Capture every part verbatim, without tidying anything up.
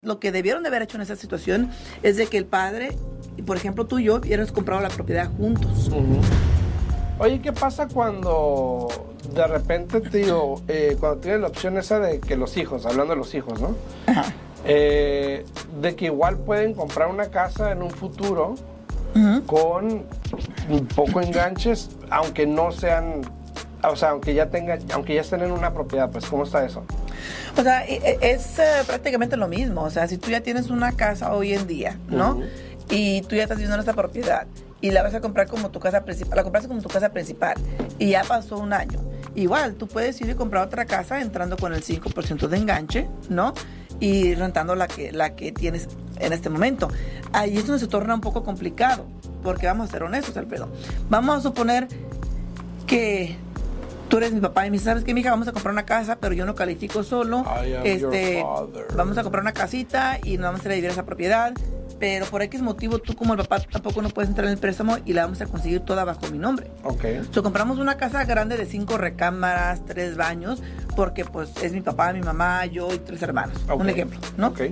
Lo que debieron de haber hecho en esa situación es de que el padre, por ejemplo tú y yo, hubiéramos comprado la propiedad juntos. Uh-huh. Oye, ¿qué pasa cuando de repente, te digo, eh, cuando tienes la opción esa de que los hijos, hablando de los hijos, ¿no? Ajá. Eh, de que igual pueden comprar una casa en un futuro uh-huh. con un poco enganches, aunque no sean, o sea, aunque ya tengan, aunque ya estén en una propiedad, pues, ¿cómo está eso? O sea, es uh, prácticamente lo mismo. O sea, si tú ya tienes una casa hoy en día, ¿no? Uh-huh. Y tú ya estás viviendo en esta propiedad y la vas a comprar como tu casa principal, la compraste como tu casa principal y ya pasó un año. Igual, tú puedes ir y comprar otra casa entrando con el cinco por ciento de enganche, ¿no? Y rentando la que, la que tienes en este momento. Ahí es donde se torna un poco complicado, porque vamos a ser honestos, Alfredo. Vamos a suponer que tú eres mi papá y me dices, ¿sabes qué, mija? Vamos a comprar una casa, pero yo no califico solo. Este, vamos a comprar una casita y nos vamos a ir a vivir a esa propiedad, pero por X motivo tú como el papá tampoco no puedes entrar en el préstamo y la vamos a conseguir toda bajo mi nombre. Ok. So, compramos una casa grande de cinco recámaras, tres baños, porque pues es mi papá, mi mamá, yo y tres hermanos. Okay. Un ejemplo, ¿no? Ok.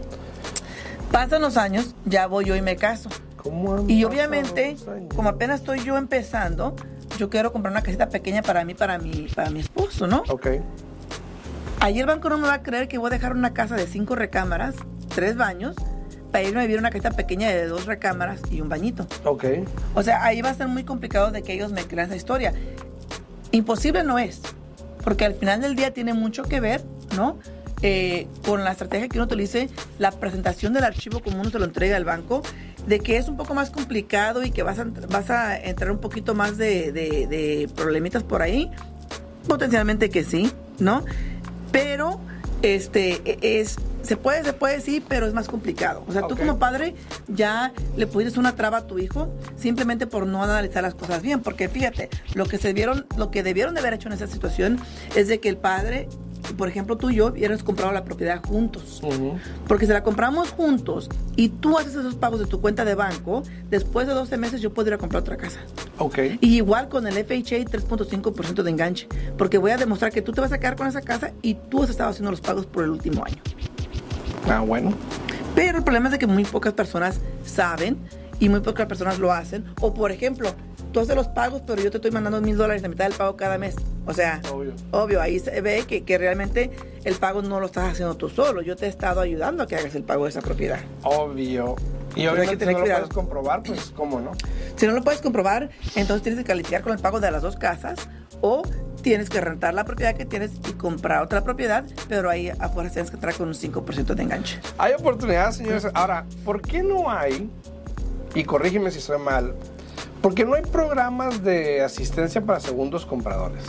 Pasan los años, ya voy yo y me caso. ¿Cómo y obviamente, como apenas estoy yo empezando, yo quiero comprar una casita pequeña para mí, para mi, para mi esposo, ¿no? Ok. Ahí el banco no me va a creer que voy a dejar una casa de cinco recámaras, tres baños, para irme a vivir una casita pequeña de dos recámaras y un bañito. Ok. O sea, ahí va a ser muy complicado de que ellos me crean esa historia. Imposible no es, porque al final del día tiene mucho que ver, ¿no? Eh, con la estrategia que uno utilice, la presentación del archivo como uno se lo entrega al banco, de que es un poco más complicado y que vas a, vas a entrar un poquito más de, de, de problemitas por ahí, potencialmente que sí, ¿no? Pero este es se puede, se puede sí, pero es más complicado. O sea, okay. Tú como padre ya le pusiste una traba a tu hijo simplemente por no analizar las cosas bien, porque fíjate, lo que se vieron, lo que debieron de haber hecho en esa situación es de que el padre, por ejemplo, tú y yo hubiéramos comprado la propiedad juntos. Uh-huh. Porque si la compramos juntos y tú haces esos pagos de tu cuenta de banco, después de doce meses yo podría comprar otra casa. Okay. Y igual con el F H A tres punto cinco por ciento de enganche, porque voy a demostrar que tú te vas a quedar con esa casa y tú has estado haciendo los pagos por el último año. Ah, bueno. Pero el problema es de que muy pocas personas saben y muy pocas personas lo hacen. O por ejemplo, tú haces los pagos, pero yo te estoy mandando mil dólares, la mitad del pago cada mes. O sea, obvio, obvio ahí se ve que, que realmente el pago no lo estás haciendo tú solo. Yo te he estado ayudando a que hagas el pago de esa propiedad. Obvio. Y obviamente si no cuidado. Lo puedes comprobar, pues ¿cómo no? Si no lo puedes comprobar, entonces tienes que calificar con el pago de las dos casas o tienes que rentar la propiedad que tienes y comprar otra propiedad, pero ahí afuera tienes que entrar con un cinco por ciento de enganche. Hay oportunidades, señores. Ahora, ¿por qué no hay, y corrígeme si estoy mal, por qué no hay programas de asistencia para segundos compradores?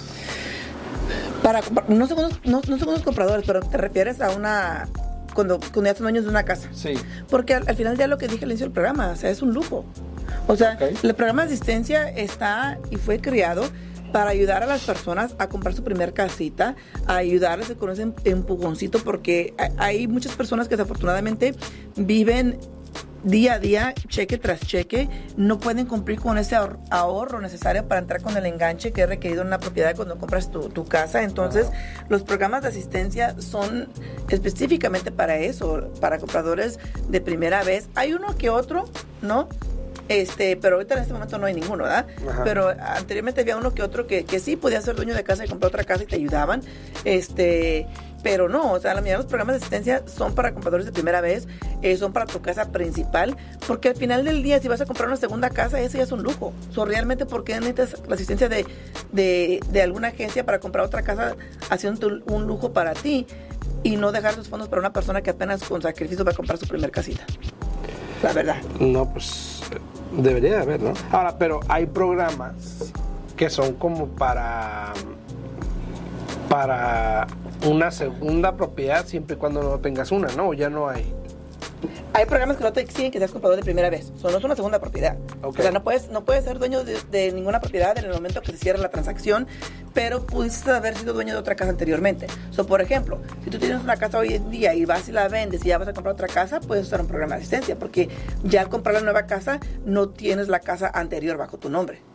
Para, no, segundos, no, no segundos compradores, pero te refieres a una... Cuando, cuando ya son dueños de una casa. Sí. Porque al, al final ya lo que dije al inicio del programa, o sea, es un lujo. O sea, okay. El programa de asistencia está y fue creado para ayudar a las personas a comprar su primer casita, a ayudarles con ese empujoncito, porque hay muchas personas que desafortunadamente viven día a día, cheque tras cheque, no pueden cumplir con ese ahorro necesario para entrar con el enganche que es requerido en una propiedad cuando compras tu, tu casa. Entonces, uh-huh. Los programas de asistencia son específicamente para eso, para compradores de primera vez. Hay uno que otro, ¿no? Este, pero ahorita en este momento no hay ninguno, ¿verdad? Ajá. Pero anteriormente había uno que otro que, que sí podía ser dueño de casa y comprar otra casa y te ayudaban. Este, pero no, o sea, la mayoría de los programas de asistencia son para compradores de primera vez, eh, son para tu casa principal, porque al final del día, si vas a comprar una segunda casa, ese ya es un lujo. O sea, realmente, ¿por qué necesitas la asistencia de, de, de alguna agencia para comprar otra casa haciendo un lujo para ti y no dejar sus fondos para una persona que apenas con sacrificio va a comprar su primer casita? La verdad. No, pues debería de haber, ¿no? Ahora, pero hay programas que son como para para una segunda propiedad siempre y cuando no tengas una, ¿no? O ya no hay. Hay programas que no te exigen que seas comprador de primera vez. Eso no es una segunda propiedad. Okay. O sea, no puedes, no puedes ser dueño de, de ninguna propiedad en el momento que se cierra la transacción, pero pudiste haber sido dueño de otra casa anteriormente. So, por ejemplo, si tú tienes una casa hoy en día y vas y la vendes y ya vas a comprar otra casa, puedes usar un programa de asistencia, porque ya al comprar la nueva casa no tienes la casa anterior bajo tu nombre.